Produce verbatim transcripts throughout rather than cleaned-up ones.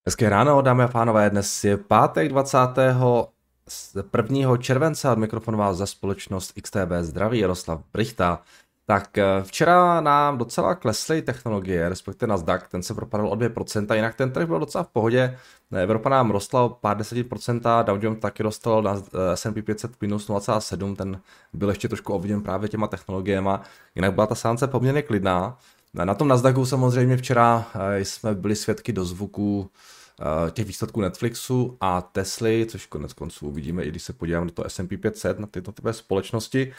Hezké ráno, dámy a pánové, dnes je pátek dvacátého prvního července, od mikrofonu vás za společnost X T B zdraví Jaroslav Brychta. Tak včera nám docela klesly technologie, respektive Nasdaq, ten se propadl o dvě procenta, jinak ten trh byl docela v pohodě. Evropa nám rostla o pár deset procent, Dow Jones taky rostl, na S and P pět set minus nula celá sedm, ten byl ještě trošku ovlivněn právě těma technologiemi, jinak byla ta sánce poměrně klidná. Na tom Nasdaqu samozřejmě včera jsme byli svědky dozvuku těch výsledků Netflixu a Tesly, což konec konců uvidíme, i když se podíváme do toho S and P pět set, na tyto typy společnosti.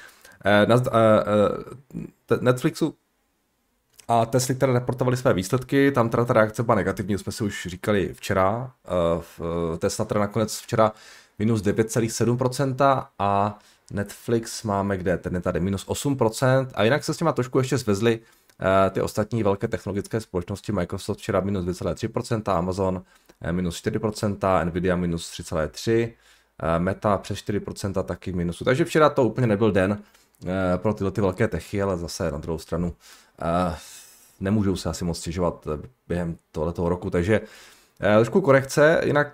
Netflixu a Tesly, které reportovali své výsledky, tam teda ta reakce byla negativní, jsme si už říkali včera. Tesla teda nakonec včera minus devět celá sedm procenta a Netflix máme kde? Ten je tady minus osm procent a jinak se s těma trošku ještě zvezli ty ostatní velké technologické společnosti. Microsoft včera minus dvě celá tři procenta, Amazon minus čtyři procenta, Nvidia minus tři celá tři procenta, Meta přes čtyři procenta taky minusu. Takže včera to úplně nebyl den pro tyhle ty velké techy, ale zase na druhou stranu nemůžou se asi moc stěžovat během tohoto roku. Takže trošku korekce, jinak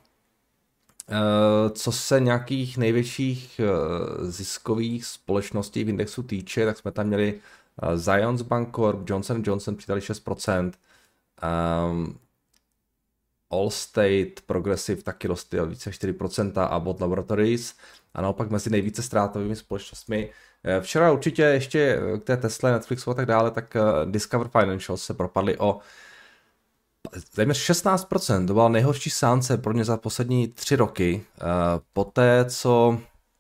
co se nějakých největších ziskových společností v indexu týče, tak jsme tam měli Zions Bancorp, Johnson and Johnson přidali šest procent, um, Allstate, Progressive taky rostly o více čtyři procenta a Abbott Laboratories a naopak mezi nejvíce ztrátovými společnostmi. Včera určitě ještě k té Tesle, Netflixu a tak dále, tak Discover Financial se propadly o téměř šestnáct procent, to byla nejhorší sánce pro ně za poslední tři roky, poté co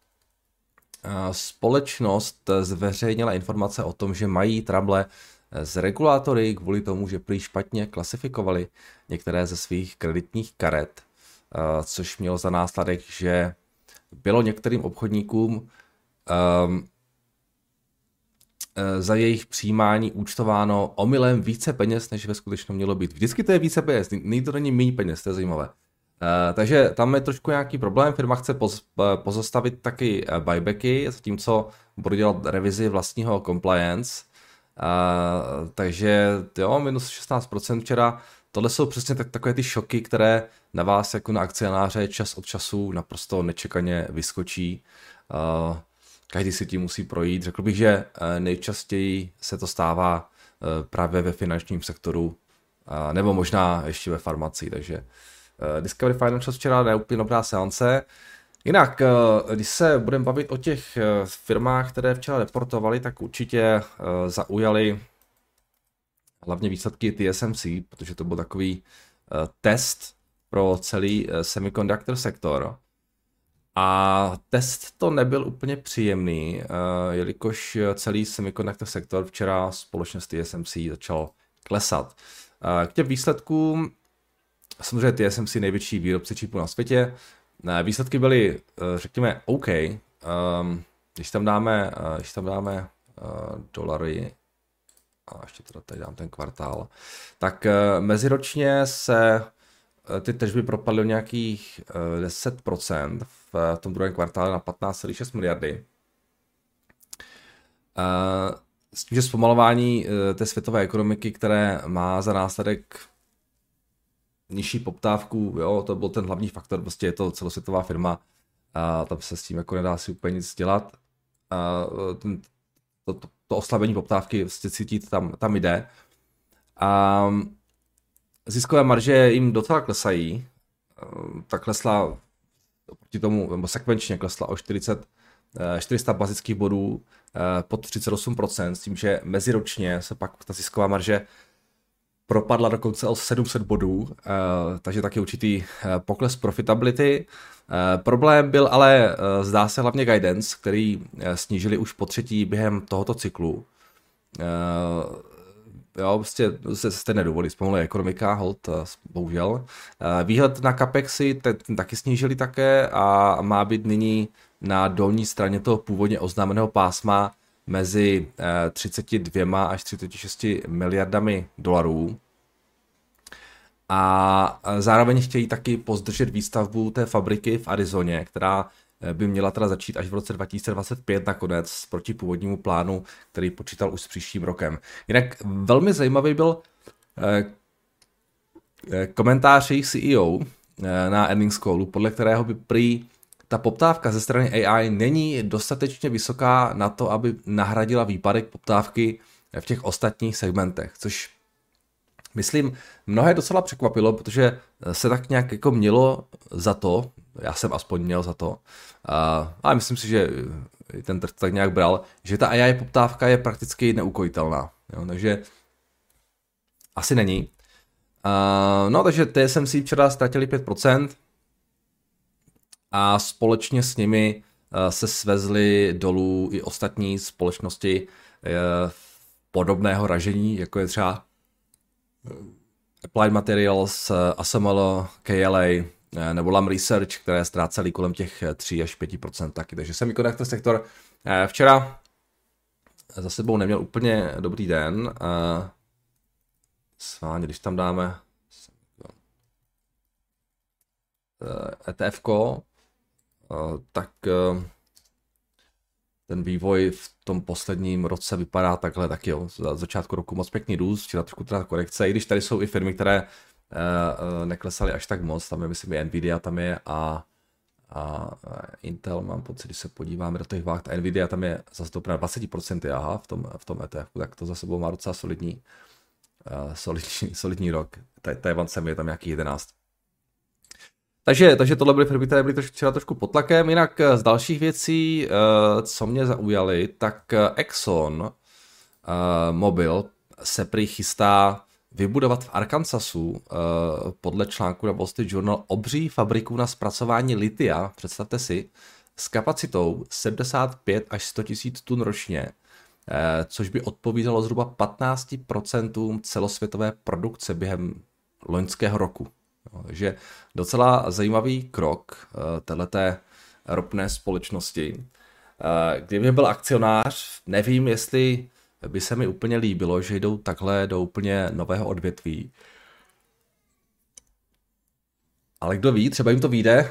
společnost zveřejnila informace o tom, že mají trable s regulátory kvůli tomu, že prý špatně klasifikovali některé ze svých kreditních karet, což mělo za následek, že bylo některým obchodníkům um, za jejich přijímání účtováno omylem více peněz, než ve skutečnosti mělo být. Vždycky to je více peněz, nikdy to není méně peněz, to je zajímavé. Uh, takže tam je trošku nějaký problém, firma chce poz, pozastavit taky buybacky, zatímco bude dělat revizi vlastního compliance, uh, takže jo, minus šestnáct procent včera, tohle jsou přesně tak, takové ty šoky, které na vás jako na akcionáře čas od času naprosto nečekaně vyskočí. Uh, každý si tím musí projít, řekl bych, že nejčastěji se to stává uh, právě ve finančním sektoru, uh, nebo možná ještě ve farmacii, takže Discovery Financial včera neúplně dobrá seance. Jinak, když se budeme bavit o těch firmách, které včera reportovaly, tak určitě zaujaly hlavně výsledky T S M C, protože to byl takový test pro celý semiconductor sektor. A test to nebyl úplně příjemný, jelikož celý semiconductor sektor včera společně s T S M C začal klesat. K těm výsledkům samozřejmě T S M C největší výrobce čipů na světě. Výsledky byly, řekněme, OK. Když tam dáme, když tam dáme dolary, a ještě teda tady dám ten kvartál, tak meziročně se ty tržby propadly o nějakých deset procent, v tom druhém kvartále na patnáct celá šest miliardy. S tím, že zpomalování té světové ekonomiky, které má za následek nižší poptávku, jo, to byl ten hlavní faktor, prostě je to celosvětová firma a tam se s tím jako nedá si úplně nic dělat. A ten, to, to, to oslabení poptávky vlastně cítit tam, tam jde. A ziskové marže jim docela klesají, tak klesla oproti tomu, nebo sekvenčně klesla o čtyřicet, čtyři sta bazických bodů pod třicet osm procent, s tím, že meziročně se pak ta zisková marže propadla dokonce o sedm set bodů, takže taky určitý pokles profitability. Problém byl ale, zdá se, hlavně guidance, který snížili už po třetí během tohoto cyklu. Jo, prostě se, se nedovolí, zpomaluje ekonomika, hold, bohužel. Výhled na capexy ten taky snížili také a má být nyní na dolní straně toho původně oznámeného pásma mezi třicet dva až třicet šest miliardami dolarů. A zároveň chtějí taky pozdržet výstavbu té fabriky v Arizoně, která by měla teda začít až v roce dva tisíce dvacet pět nakonec proti původnímu plánu, který počítal už s příštím rokem. Jinak velmi zajímavý byl komentář jejich C E O na earnings callu, podle kterého by prý ta poptávka ze strany A I není dostatečně vysoká na to, aby nahradila výpadek poptávky v těch ostatních segmentech, což myslím mnohé docela překvapilo, protože se tak nějak jako mělo za to, já jsem aspoň měl za to, ale myslím si, že ten trh tak nějak bral, že ta A I poptávka je prakticky neukojitelná, jo, takže asi není. No, takže T S M C včera ztratili pět procent a společně s nimi se svezly dolů i ostatní společnosti podobného ražení, jako je třeba Applied Materials, A S M L, K L A nebo Lam Research, které ztrácely kolem těch tři až pět procent taky. Takže semiconductor sektor včera za sebou neměl úplně dobrý den. Sváně, když tam dáme E T F ko, tak ten vývoj v tom posledním roce vypadá takhle taky, jo. Za začátku roku moc pěkný růst, včera trošku teda korekce, i když tady jsou i firmy, které uh, neklesaly až tak moc, tam je myslím i Nvidia tam je a, a Intel, mám pocit, když se podíváme do těch váh, ta Nvidia tam je zase to na dvacet procent, aha, v tom, v tom E T F, tak to za sebou má docela solidní, uh, solidní, solidní rok, Taiwan sem je tam nějaký jedenáct. Takže, takže tohle byly firmy, které byly trošku, třeba trošku pod tlakem. Jinak z dalších věcí, co mě zaujaly, tak Exxon Mobil se prý chystá vybudovat v Arkansasu podle článku na Wall Street Journal obří fabriku na zpracování litia, představte si, s kapacitou sedmdesát pět až sto tisíc tun ročně, což by odpovídalo zhruba patnáct procent celosvětové produkce během loňského roku. Takže docela zajímavý krok téhleté ropné společnosti. Kdyby byl akcionář, nevím, jestli by se mi úplně líbilo, že jdou takhle do úplně nového odvětví. Ale kdo ví, třeba jim to vyjde.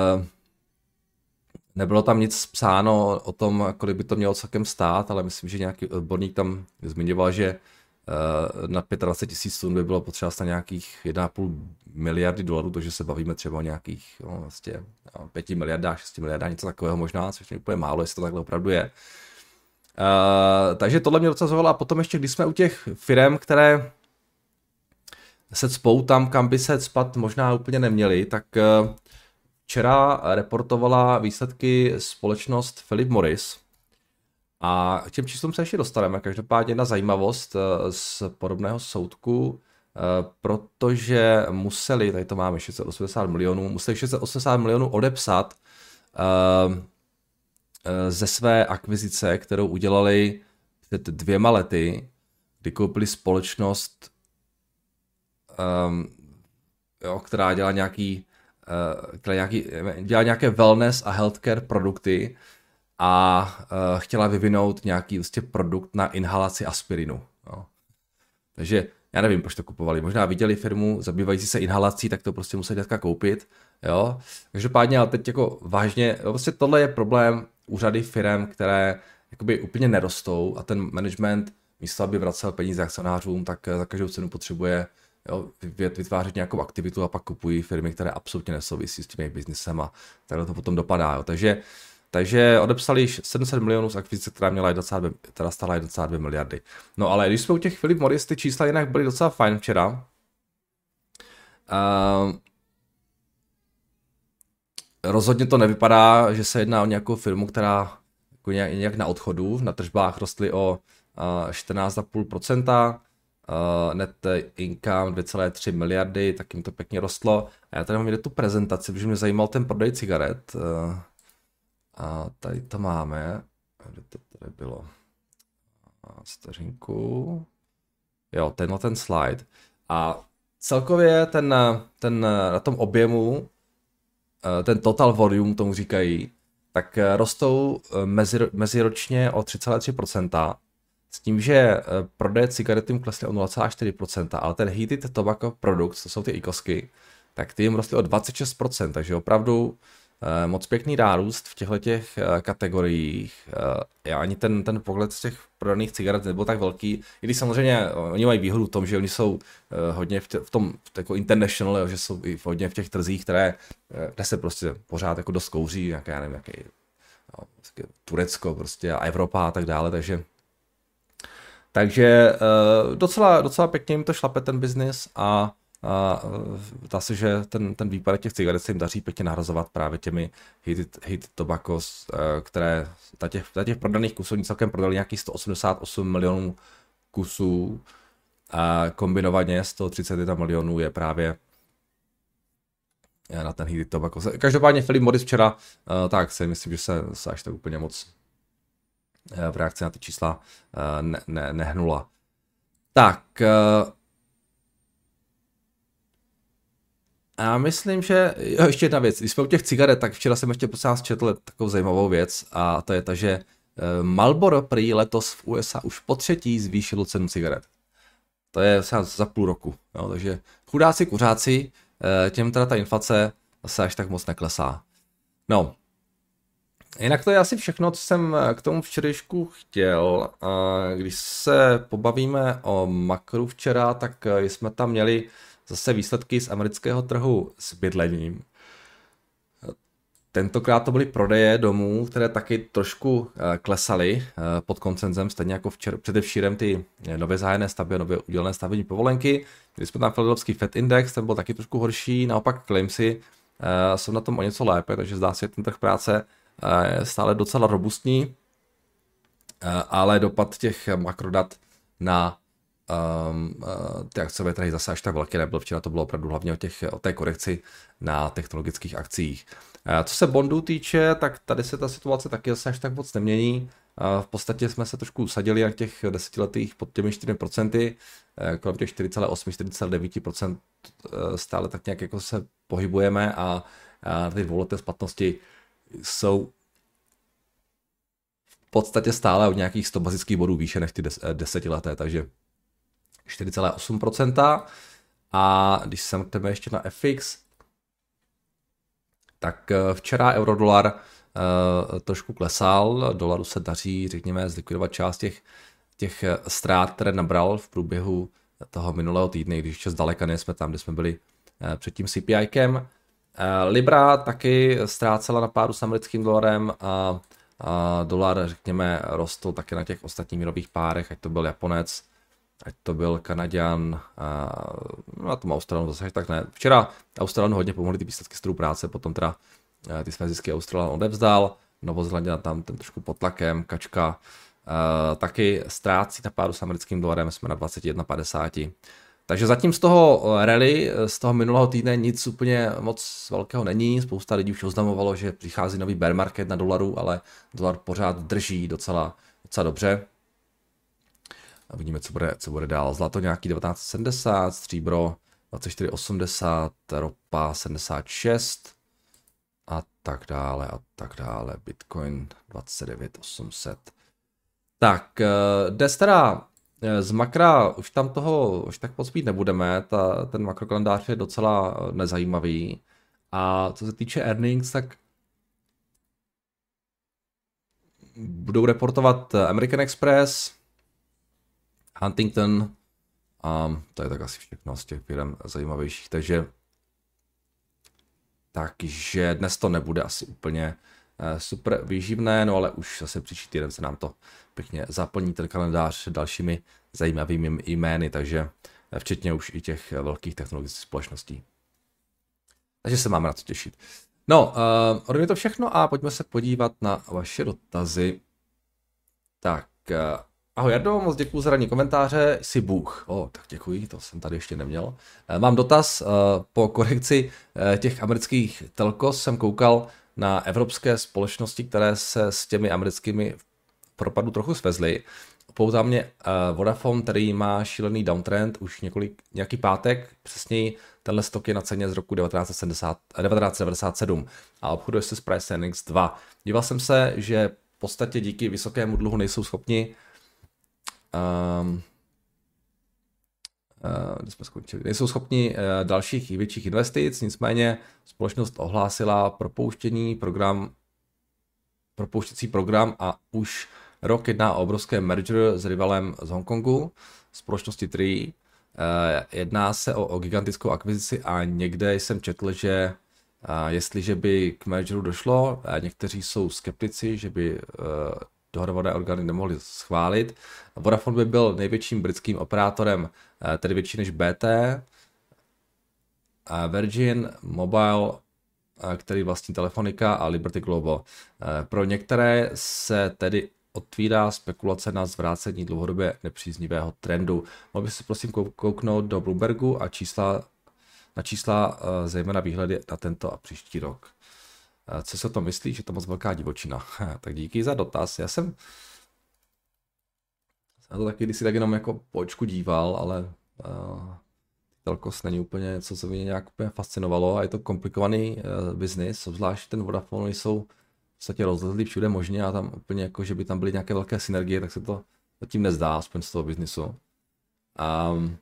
Nebylo tam nic psáno o tom, kolik by to mělo celkem stát, ale myslím, že nějaký odborník tam zmiňoval, že na dvacet pět tisíc tun by bylo potřeba stát nějakých jedna celá pět miliardy dolarů, takže se bavíme třeba o nějakých no, vlastně, no, pět miliardách, šest miliardách, něco takového možná, což je úplně málo, jestli to takhle opravdu je. Uh, takže tohle mě docela zaujalo a potom ještě, když jsme u těch firem, které se cpou tam, kam by se cpat možná úplně neměli, tak uh, včera reportovala výsledky společnost Philip Morris. A k těm číslům se ještě dostaneme. Každopádně jedna zajímavost z podobného soudku, protože museli, tady to máme šest set osmdesát milionů, museli šest set osmdesát milionů odepsat ze své akvizice, kterou udělali před dvěma lety, kdy koupili společnost, jo, která dělá nějaký, která nějaký, dělá nějaké wellness a healthcare produkty, a uh, chtěla vyvinout nějaký vlastně produkt na inhalaci aspirinu. Jo. Takže já nevím, proč to kupovali. Možná viděli firmu zabývající se inhalací, tak to prostě museli dneska koupit. Jo. Každopádně, ale teď jako vážně, jo, vlastně tohle je problém u řady firm, které jakoby úplně nerostou a ten management místo, aby vracel peníze akcionářům, tak za každou cenu potřebuje jo, vytvářet nějakou aktivitu a pak kupují firmy, které absolutně nesouvisí s tím jejich biznesem a takhle to potom dopadá. Jo. Takže Takže odepsali sedm set milionů z akvizice, která měla dvacet dva, teda stála dvacet dva miliardy. No ale když jsme u těch Philip Morris, ty čísla jinak byly docela fajn včera. Uh, rozhodně to nevypadá, že se jedná o nějakou firmu, která jako nějak, nějak na odchodu, na tržbách rostly o uh, čtrnáct celá pět procenta, uh, net income dvě celé tři miliardy, tak jim to pěkně rostlo. A já tady mám jde tu prezentaci, protože mě zajímal ten prodej cigaret. Uh, A tady to máme, kde to tady bylo, stařinku, jo, tenhle ten slide. A celkově ten, ten, na tom objemu, ten total volume tomu říkají, tak rostou mezi, meziročně o tři celá tři procenta, s tím, že prodeje cigaret jim klesly o nula celá čtyři procenta, ale ten heated tobacco products, to jsou ty ikosky, tak ty jim rostly o dvacet šest procent, takže opravdu moc pěkný nárůst v těchto těch kategoriích. Já ani ten, ten pohled z těch prodaných cigaret nebyl tak velký, i když samozřejmě oni mají výhodu v tom, že oni jsou hodně v, tě, v tom jako international, jo, že jsou i hodně v těch trzích, které, kde se prostě pořád jako dost kouří, nějaké, já nevím, jaký, no, Turecko prostě a Evropa a tak dále, takže takže docela, docela pěkně jim to šlape ten biznis a A zdá se, že ten, ten výpadek těch cigaret se jim daří pěkně nahrazovat právě těmi heated, heated tobaccos, které na těch, na těch prodaných kusů celkem prodali nějakých sto osmdesát osm milionů kusů a kombinovaně sto třicet jedna milionů je právě na ten heated tobaccos. Každopádně Philip Morris včera, tak si myslím, že se, se až tak úplně moc v reakci na ty čísla ne, ne, nehnula. Tak, já myslím, že, jo, ještě jedna věc, když jsme u těch cigaret, tak včera jsem ještě prosím vás četl takovou zajímavou věc a to je ta, že Marlboro prý letos v U S A už po třetí zvýšilo cenu cigaret. To je za půl roku, jo, takže chudáci kuřáci, těm teda ta inflace se až tak moc neklesá. No, jinak to je asi všechno, co jsem k tomu včerejšku chtěl. Když se pobavíme o makru včera, tak jsme tam měli zase výsledky z amerického trhu s bydlením. Tentokrát to byly prodeje domů, které taky trošku klesaly pod koncenzem, stejně jako včer, předevšírem ty nově zahájené stavby, nově udělené stavební povolenky. Měli jsme tam Philadelphský Fed Index, ten byl taky trošku horší, naopak claimsy jsou na tom o něco lépe, takže zdá se, že ten trh práce je stále docela robustní, ale dopad těch makrodat na Um, uh, ty akciové trhy zase až tak velké nebyl. Včera to bylo opravdu hlavně o, těch, o té korekci na technologických akcích. Uh, co se bondů týče, tak tady se ta situace taky zase až tak moc nemění. Uh, v podstatě jsme se trošku usadili na těch desetiletých pod těmi čtyřmi procenty, uh, kolem těch čtyři celé osm, čtyři celé devět procent uh, stále tak nějak jako se pohybujeme a uh, ty dvouleté splatnosti jsou v podstatě stále od nějakých sto bazických bodů výše než ty des, desetileté, takže čtyři celé osm procenta a když se mrkneme ještě na F X, tak včera eurodolar uh, trošku klesal, dolaru se daří, řekněme, zlikvidovat část těch, těch ztrát, které nabral v průběhu toho minulého týdne, když ještě zdaleka nejsme tam, kde jsme byli uh, před tím C P I kem. Uh, Libra taky ztrácela na páru s americkým dolarem a, a dolar, řekněme, rostl taky na těch ostatních mírových párech, ať to byl Japonec, ať to byl Kanaďan, a, no a tomu Australanu zase tak ne. Včera Australanu hodně pomohly ty výsledky z trhu práce, potom teda ty své zisky Australan odevzdal, Novozélanděna tam ten trošku pod tlakem, Kačka a, taky ztrácí na páru s americkým dolarem, jsme na dvacet jedna padesát. Takže zatím z toho rally, z toho minulého týdne nic úplně moc velkého není, spousta lidí už oznamovalo, že přichází nový bear market na dolaru, ale dolar pořád drží docela, docela dobře. A vidíme, co bude, co bude dál. Zlato nějaký devatenáct sedmdesát, stříbro dvacet čtyři osmdesát, ropa sedmdesát šest a tak dále a tak dále. Bitcoin dvacet devět osm set. Tak, dnes teda z makra už tam toho už tak moc mít nebudeme. Ta, ten makrokalendář je docela nezajímavý. A co se týče earnings, tak budou reportovat American Express, Huntington a to je tak asi všechno z těch firm zajímavějších, takže takže dnes to nebude asi úplně super výživné, no ale už zase příští týden se nám to pěkně zaplní ten kalendář dalšími zajímavými jmény, takže včetně už i těch velkých technologických společností. Takže se máme na co těšit. No, uh, ode mě to všechno a pojďme se podívat na vaše dotazy. Tak, uh, ahoj Jardo, moc děkuju za ranní komentáře, jsi Bůh. O, tak děkuji, to jsem tady ještě neměl. Uh, mám dotaz, uh, po korekci uh, těch amerických telkos jsem koukal na evropské společnosti, které se s těmi americkými propadu trochu svezly. Poutá mě uh, Vodafone, který má šílený downtrend už několik, nějaký pátek, přesněji tenhle stok je na ceně z roku devatenáct devadesát sedm a obchoduje se s price earnings dva. Díval jsem se, že v podstatě díky vysokému dluhu nejsou schopni um, kde jsme skončili. Nejsou schopni dalších i větších investic, nicméně společnost ohlásila propouštění program, propouštěcí program a už rok jedná o obrovské merger s rivalem z Hongkongu, společnosti Tree. Jedná se o, o gigantickou akvizici a někde jsem četl, že jestliže by k mergeru došlo, někteří jsou skeptici, že by dohodované orgány nemohly schválit. Vodafone by byl největším britským operátorem, tedy větší než B T. Virgin Mobile, který vlastní Telefonica, a Liberty Global. Pro některé se tedy otvírá spekulace na zvrácení dlouhodobě nepříznivého trendu. Mohl bych si prosím kouknout do Bloombergu a čísla, na čísla zejména výhledy na tento a příští rok. Co se o tom myslí, že to moc velká divočina? Tak díky za dotaz. Já jsem na to taky kdysi tak jenom jako po očku díval, ale uh, telkos není úplně něco, co mě nějak úplně fascinovalo a je to komplikovaný uh, biznis, obzvlášť ten Vodafone jsou v podstatě rozlezlí všude možně a tam úplně jako, že by tam byly nějaké velké synergie, tak se to zatím nezdá, aspoň z toho biznisu. Um,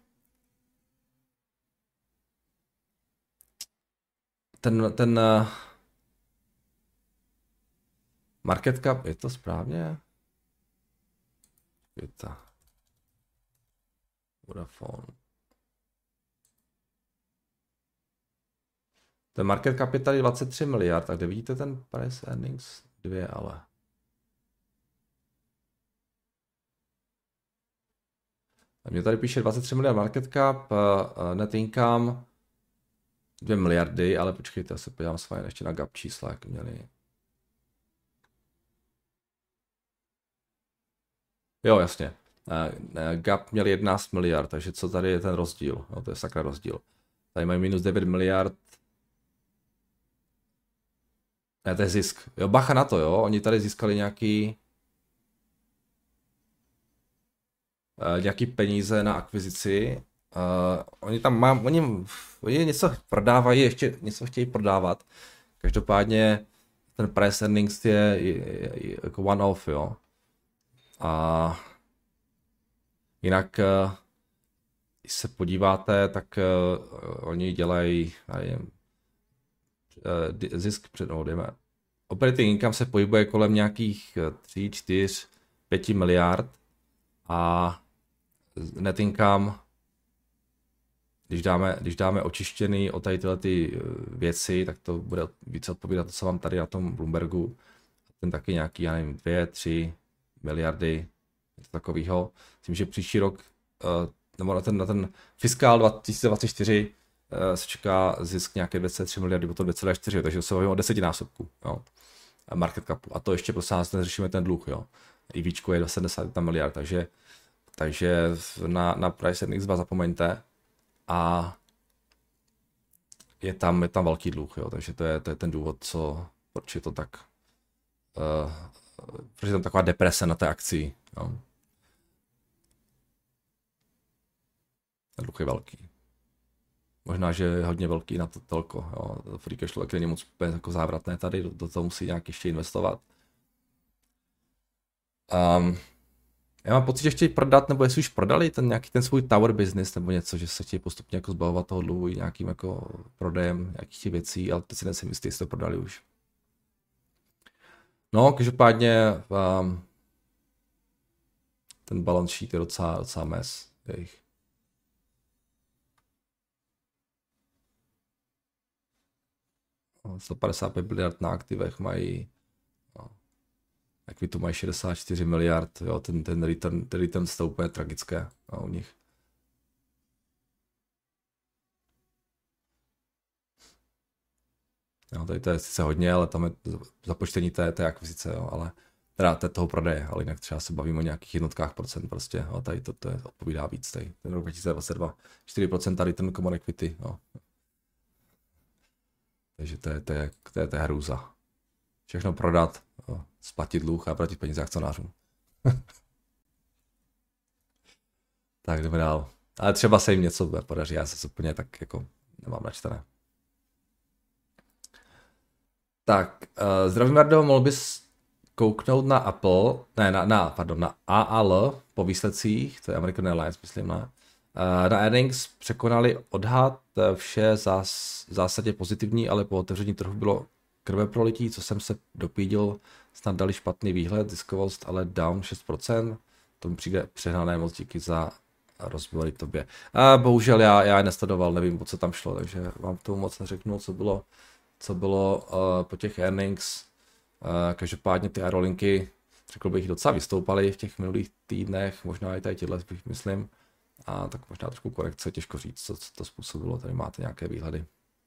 ten, ten uh, market cap, je to správně? Je to Vodafone. Ten market cap je tady dvacet tři miliard, tak kde vidíte ten price earnings? Dvě ale. A mě tady píše dvacet tři miliard market cap, net income dvě miliardy, ale počkejte, já se podívám s vámi ještě na gap čísla, jak měli. Jo, jasně. Gap měl jedenáct miliard, takže co tady je ten rozdíl? No, to je sakra rozdíl. Tady mají minus devět miliard. Ne, to je zisk. Jo, bacha na to, jo. Oni tady získali nějaký uh, nějaký peníze na akvizici. Uh, oni tam má, oni, oni něco prodávají, ještě něco chtějí prodávat. Každopádně ten price earnings je, je, je, je jako one off, jo. A jinak, uh, když se podíváte, tak uh, oni dělají, nevím, uh, zisk před, no, dejme, operating income se pohybuje kolem nějakých tři, čtyři, pět miliard a net income, když dáme, když dáme očištěný o tady tyhle ty věci, tak to bude více odpovídat to, co mám tady na tom Bloombergu. Ten taky nějaký, já nevím, dvě, tři miliardy, něco takového. Myslím, že příští rok, nebo na ten, na ten fiskál dva tisíce dvacet čtyři se čeká zisk nějaké dvě celé tři miliardy, potom dvě celé čtyři, takže se bavíme o desetinásobku, jo, market capu. A to ještě prostě nás neřešíme ten dluh, jo. I víčko je sedmdesát jedna miliard, takže, takže na, na price earnings dva zapomeňte a je tam, je tam velký dluh, jo, takže to je, to je ten důvod, co, proč je to tak, uh, proč je tam taková deprese na té akci, jo. Ten dluh je velký. Možná, že je hodně velký na to telko, jo. Free cash flow není moc jako závratné tady, do, do toho musí nějak ještě investovat. Um, já mám pocit, že chtějí prodat, nebo jestli už prodali ten nějaký ten svůj tower business, nebo něco, že se chtějí postupně jako zbavovat toho dluhu i nějakým jako prodejem nějakých těch věcí, ale teď si nejsem jistý, jestli to prodali už. No, každopádně um, ten balance sheet je docela, docela mes jejich. sto padesát pět miliard na aktivech mají, no, jak vy tu mají šedesát čtyři miliard, jo, ten, ten return, ten return to úplně tragické, no, u nich. No, tady to je sice hodně, ale tam je započtení té, té akvizice, jo, ale teda té toho prodeje, ale jinak třeba se bavíme o nějakých jednotkách procent prostě, jo, tady to, to je, odpovídá víc, tady, ten rok dva tisíce dvacet dva, čtyři procenta return common equity, no. Takže to je, to je, to je, to je hrůza. Všechno prodat, jo, splatit dluh a vrátit peníze akcionářům. Tak jdeme dál. Ale třeba se jim něco podaří, já se úplně tak jako nemám načtené. Tak, uh, zdravím Mardo, mohl bys kouknout na Apple, ne, na, na, pardon, na A A L po výsledcích, to je American Airlines, myslím, ne? Na earnings překonali odhad, vše zás, v zásadě pozitivní, ale po otevření trhu bylo krve prolití, co jsem se dopídil, snad dali špatný výhled, ziskovost ale down šest procent, to mi přijde přehnané, moc díky za rozbory tobě. A bohužel já, já je nesledoval, nevím, o co tam šlo, takže vám k tomu moc neřeknu, co bylo, co bylo uh, po těch earnings. Uh, každopádně ty aerolinky, řekl bych, docela vystoupaly v těch minulých týdnech, možná i tady těhle, bych myslím. A tak možná trošku korekce, těžko říct, co, co to způsobilo, tady máte nějaké výhledy.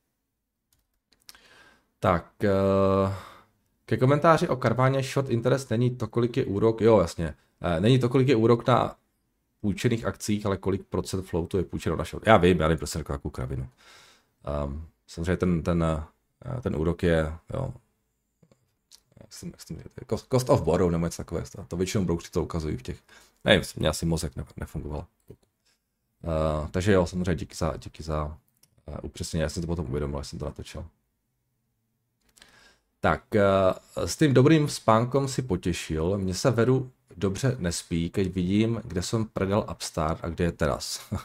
Tak, uh, ke komentáři o Carváně short interest není to, kolik je úrok, jo jasně, uh, není to, kolik je úrok na půjčených akcích, ale kolik procent floatu je půjčeno na short. Já vím, já nevím, prostě takovou kravinu. Um, samozřejmě ten, ten, uh, ten úrok je, jo, cost, cost of borrow nebo něco takové, to většinou broukři to ukazují v těch, nevím, mě asi mozek nefungoval. Uh, takže jo, samozřejmě díky za, díky za uh, upřesnění, já jsem to potom uvědomil, až jsem to natočil. Tak, uh, s tím dobrým spánkom si potěšil, mně se vedu dobře nespí, keď vidím, kde jsem predal Upstart a kde je teraz. uh,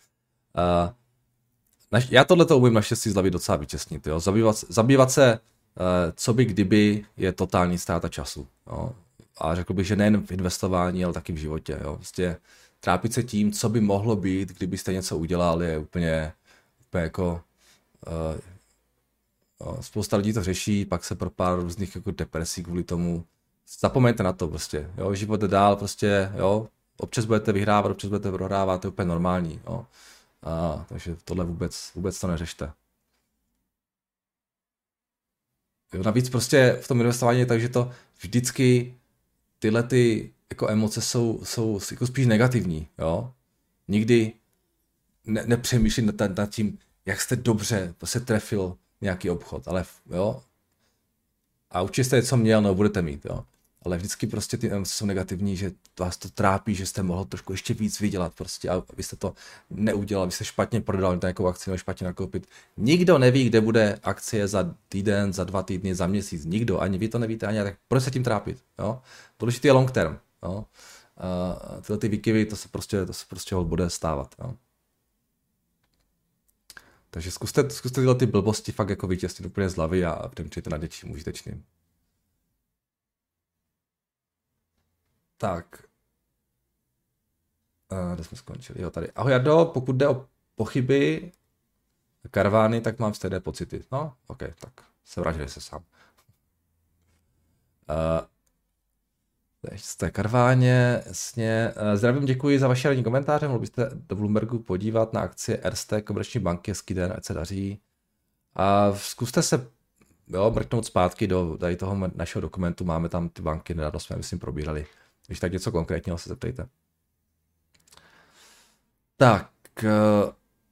naš, já tohleto umím naštěstí z hlavy docela vyčesnit, jo, zabývat, zabývat se, uh, co by kdyby, je totální ztráta času, jo. A řekl bych, že nejen v investování, ale taky v životě, jo, prostě trápit se tím, co by mohlo být, kdybyste něco udělali, je úplně, úplně jako... Uh, spousta lidí to řeší, pak se pro pár různých jako depresí kvůli tomu. Zapomeňte na to prostě, jo, život jde dál, prostě, jo, občas budete vyhrávat, občas budete prohrávat, to je úplně normální, jo. A, takže tohle vůbec, vůbec to neřešte. Jo, navíc prostě v tom investování je tak, že to vždycky tyhle ty jako emoce jsou, jsou jako spíš negativní, jo. Nikdy ne, nepřemýšlím nad, nad tím, jak jste dobře se trefil nějaký obchod, ale jo. A určitě jste něco měl, nebo budete mít, jo. Ale vždycky prostě ty emoce jsou negativní, že vás to trápí, že jste mohl trošku ještě víc vydělat prostě a vy jste to neudělal, vy jste špatně prodal nějakou akci nebo špatně nakoupit. Nikdo neví, kde bude akcie za týden, za dva týdny, za měsíc. Nikdo, ani vy to nevíte, ani tak proč se tím trápit, jo. Důležitý je long term, jo. A tyhle ty výkyvy, to se prostě, to se prostě bude stávat, jo. Takže zkuste, zkuste tyhle ty blbosti fakt jako vytěsnit úplně z hlavy a přijďte nad něčím užitečným. Tak. Uh, kde jsme skončili? Jo, tady. Ahoj Jardo, pokud jde o pochyby Carvány, tak mám stejné pocity. No, ok, tak se vražili se sám. Uh, z té Carváně, jasně. Uh, zdravím, děkuji za vaše ranní komentáře. Mohl byste do Bloombergu podívat na akcie Erste Komerční banky, hezký den, ať se daří. A zkuste se jo, mrknout zpátky do tady toho našeho dokumentu, máme tam ty banky, nedávno jsme, myslím, probírali. Když tak něco konkrétního se zeptejte. Tak. Uh,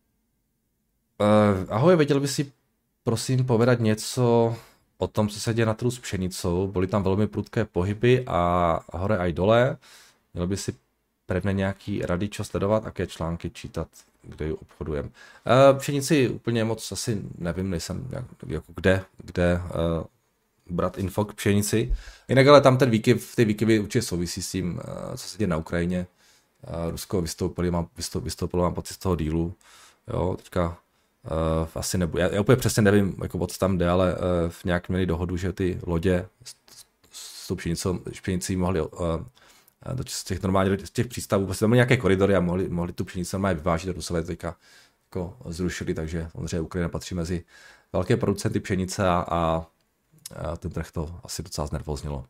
uh, ahoj, věděl by si prosím povedat něco o tom, co se děje na trhu s pšenicou. Byly tam velmi prudké pohyby a hore a i dole. Měl by si prvně nějaký rady, čo sledovat, jaké články čítat, kde ji obchodujeme. Uh, pšenici úplně moc asi nevím, nejsem jak, jako kde, kde uh, brát info k pšenici. Jinak ale tam ten výkyv, ty výkyvy určitě souvisí s tím, uh, co se děje na Ukrajině. Uh, Rusko vystoupilo, mám, vystoupilo, mám pocit z toho dílu. Jo, teďka uh, asi nebudu, já, já úplně přesně nevím, jako o co tam jde, ale uh, v nějak měli dohodu, že ty lodě s, s tou pšenicou, pšenicí mohly uh, do těch normálně z těch přístavů, prostě tam byly nějaké koridory a mohli, mohli tu pšenici normálně vyvážit, a Rusové teďka jako zrušili, takže samozřejmě Ukrajina patří mezi velké producenty pšenice a, a, a ten trh to asi docela znervoznilo.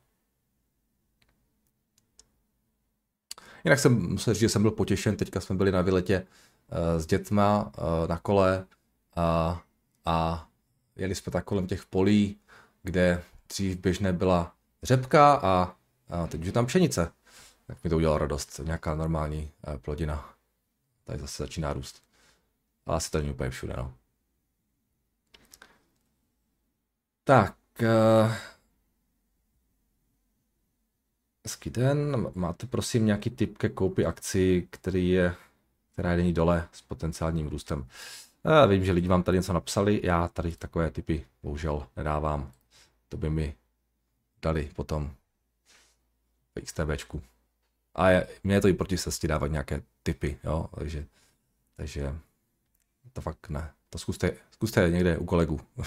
Jinak jsem musel říct, že jsem byl potěšen, teďka jsme byli na výletě uh, s dětma uh, na kole uh, a jeli jsme tak kolem těch polí, kde dřív běžné byla řepka a, a teď už je tam pšenice. Tak mi to udělalo radost, nějaká normální uh, plodina. Tady zase začíná růst. Ale asi to není úplně všude, no. Tak. Uh, hezký den. Máte prosím nějaký tip ke koupi akci, který je, která je není dole s potenciálním růstem? Já vím, že lidi vám tady něco napsali, já tady takové tipy bohužel nedávám. To by mi dali potom v XTBčku. A je, mě je to i proti cestě dávat nějaké tipy, jo, takže Takže to fakt ne. To zkuste, zkuste někde u kolegů. uh,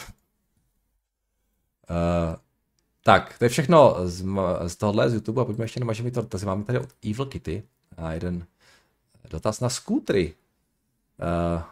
tak, to je všechno z, z tohohle z YouTube a pojďme ještě na Mažemi to dotazy. Máme tady od Evil Kitty a jeden dotaz na skútry. Uh,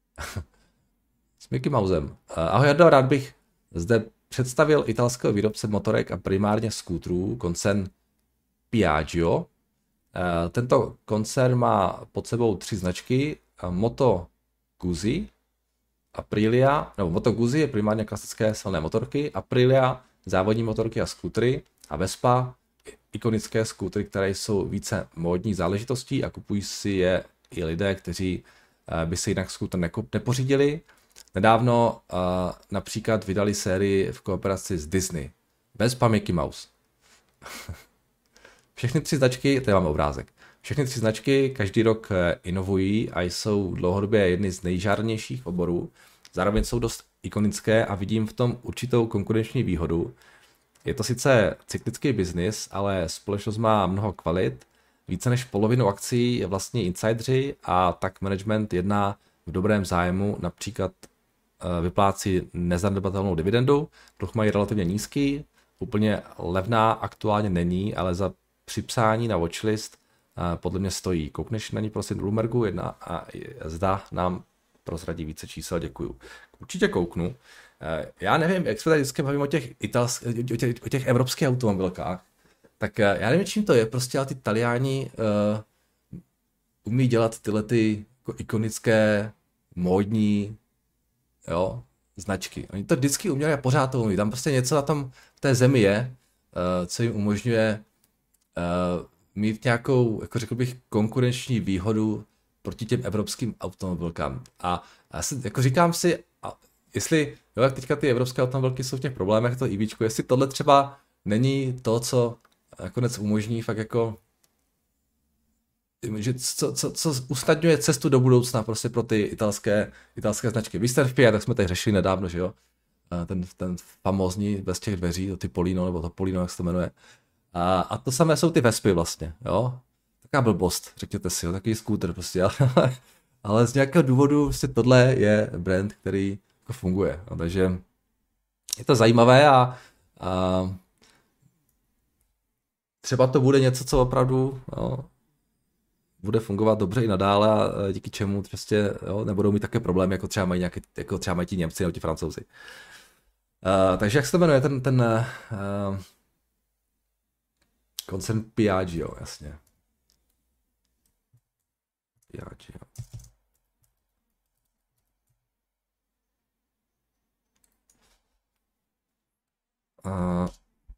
s Mickey Mousem. Uh, ahoj Jardo, rád bych zde představil italského výrobce motorek a primárně skútrů, koncern Piaggio. Uh, tento koncern má pod sebou tři značky, uh, Moto Guzzi, Aprilia, nebo Moto Guzzi je primárně klasické silné motorky, Aprilia závodní motorky a skútry a Vespa ikonické skútry, které jsou více módní záležitostí a kupují si je i lidé, kteří uh, by si jinak skútr nepořídili. Nedávno uh, například vydali sérii v kooperaci s Disney. Vespa Mickey Mouse. Všechny tři značky, tady máme obrázek. Všechny tři značky každý rok inovují a jsou dlouhodobě jedny z nejžárnějších oborů. Zároveň jsou dost ikonické a vidím v tom určitou konkurenční výhodu. Je to sice cyklický biznis, ale společnost má mnoho kvalit. Více než polovinu akcí je vlastně insidři a tak management jedná v dobrém zájmu, například vyplácí nezanedbatelnou dividendu, dluh mají relativně nízký, úplně levná aktuálně není, ale za připsání na watchlist podle mě stojí. Koukneš na ní prosím Bloombergu jedna a zda nám prozradí více čísel, děkuju. Určitě kouknu. Já nevím, jak jsme tady vždycky bavíme o těch, italsk, o těch, o těch evropských automobilkách, tak já nevím, čím to je, prostě ale ty Taliáni uh, umí dělat tyhle ty jako ikonické, módní, jo, značky. Oni to vždycky uměli a pořád to umí. Tam prostě něco na tom v té zemi je, uh, co jim umožňuje uh, mít nějakou, jako řekl bych, konkurenční výhodu proti těm evropským automobilkám. A já si, jako říkám si, a jestli, jo, jak teďka ty evropské automobilky jsou v těch problémech, to EVčko, jestli tohle třeba není to, co nakonec umožní fakt jako, že co, co, co usnadňuje cestu do budoucna prostě pro ty italské, italské značky. Vy jste v Fiat, tak jsme tady řešili nedávno, že jo, ten, ten famózní bez těch dveří, ty Polino, nebo to Polino, jak se to jmenuje. A, a to samé jsou ty Vespy vlastně, jo. Taková blbost, řekněte si, jo, takový skútr prostě, ale, ale z nějakého důvodu prostě tohle je brand, který jako funguje, no, takže je to zajímavé a, a třeba to bude něco, co opravdu, jo, bude fungovat dobře i nadále a díky čemu prostě, jo, nebudou mít také problémy, jako třeba mají nějaké, jako třeba mají ti Němci nebo ti Francouzi. Uh, takže jak se to jmenuje ten, ten uh, koncern Piaggio, jasně. Piaggio. Uh,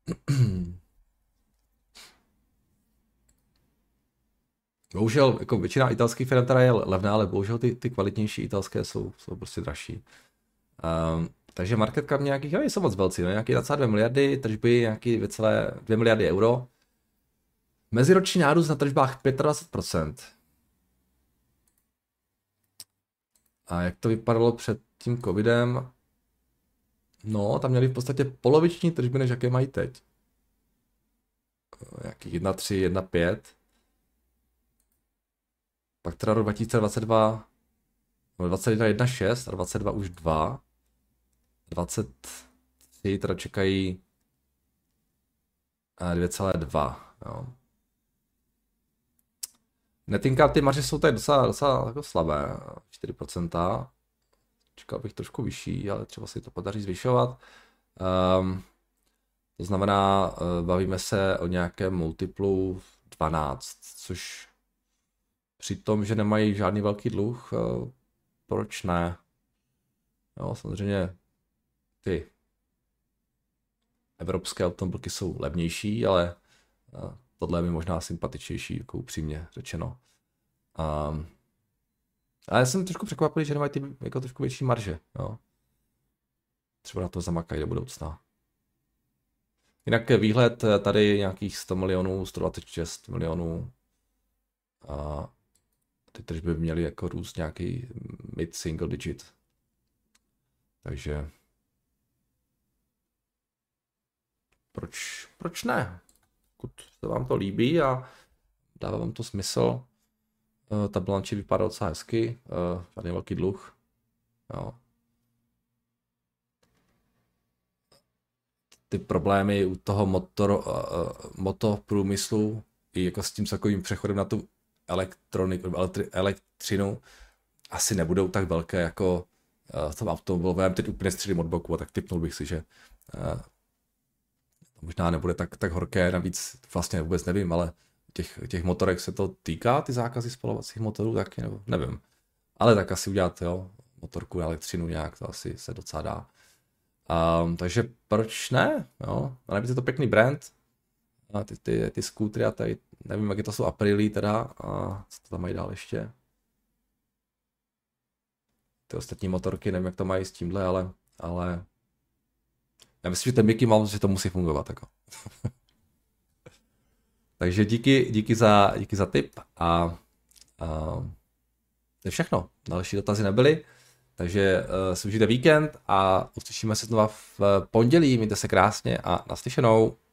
bohužel, jako většina italských firm teda je levná, ale bohužel ty, ty kvalitnější italské jsou, jsou prostě dražší. Um, takže market cap nějakých, jo, jsou moc velcí, no, nějaký dvacet dvě miliardy, tržby nějaký dvě celé dvě miliardy euro. Meziroční nárůst na tržbách dvacet pět procent. A jak to vypadalo před tím covidem? No, tam měli v podstatě poloviční tržby, než jaké mají teď. Jaký jedna tři, jedna pět. Pak teda rok dva tisíce dvacet dva, no dvacet jedna jedna šest a dvacet dva už dva. dvacet tři teda čekají dvě celé dva. Jo. Netinka, ty marže jsou tady docela, docela jako slabé, čtyři procenta. Čekal bych trošku vyšší, ale třeba si to podaří zvyšovat. Um, to znamená, uh, bavíme se o nějakém multiplu dvanáct, což při tom, že nemají žádný velký dluh, uh, proč ne? Jo, samozřejmě ty evropské automobilky jsou levnější, ale uh, tohle je mi možná sympatičnější, jako upřímně řečeno. Um, ale já jsem trošku překvapený, že nemají ty jako trošku větší marže. Jo. Třeba na to zamakají do budoucna. Jinak výhled tady nějakých sto milionů, sto dvacet šest milionů. A ty tržby by měly jako růst nějaký mid single digit. Takže proč, proč ne? Pokud se vám to líbí a dává vám to smysl, Uh, ta bilanče vypadá docela hezky, uh, tady je velký dluh. Jo. Ty problémy u toho motor, uh, motoprůmyslu i jako s tím takovým přechodem na tu elektroniku, elektri, elektřinu asi nebudou tak velké jako uh, v tom automobilovém. Teď úplně střílím od boku, a tak tipnul bych si, že uh, možná nebude tak, tak horké, navíc vlastně vůbec nevím, ale těch, těch motorek se to týká, ty zákazy spalovacích motorů taky, nebo nevím. Ale tak asi udělat, jo, motorku na elektřinu nějak, to asi se docela dá. Um, takže proč ne, jo, a navíc je to pěkný brand, a ty, ty, ty skútry a tady, nevím, jak je to jsou Aprilia teda, a co to tam mají dál ještě. Ty ostatní motorky, nevím, jak to mají s tímhle, ale, ale já myslím, že ten Mickey Mouse, že to musí fungovat, jako. Takže díky, díky za, díky za tip a, a to je všechno. Další dotazy nebyly, takže uh, si užijte víkend a uslyšíme se znova v pondělí. Mějte se krásně a naslyšenou.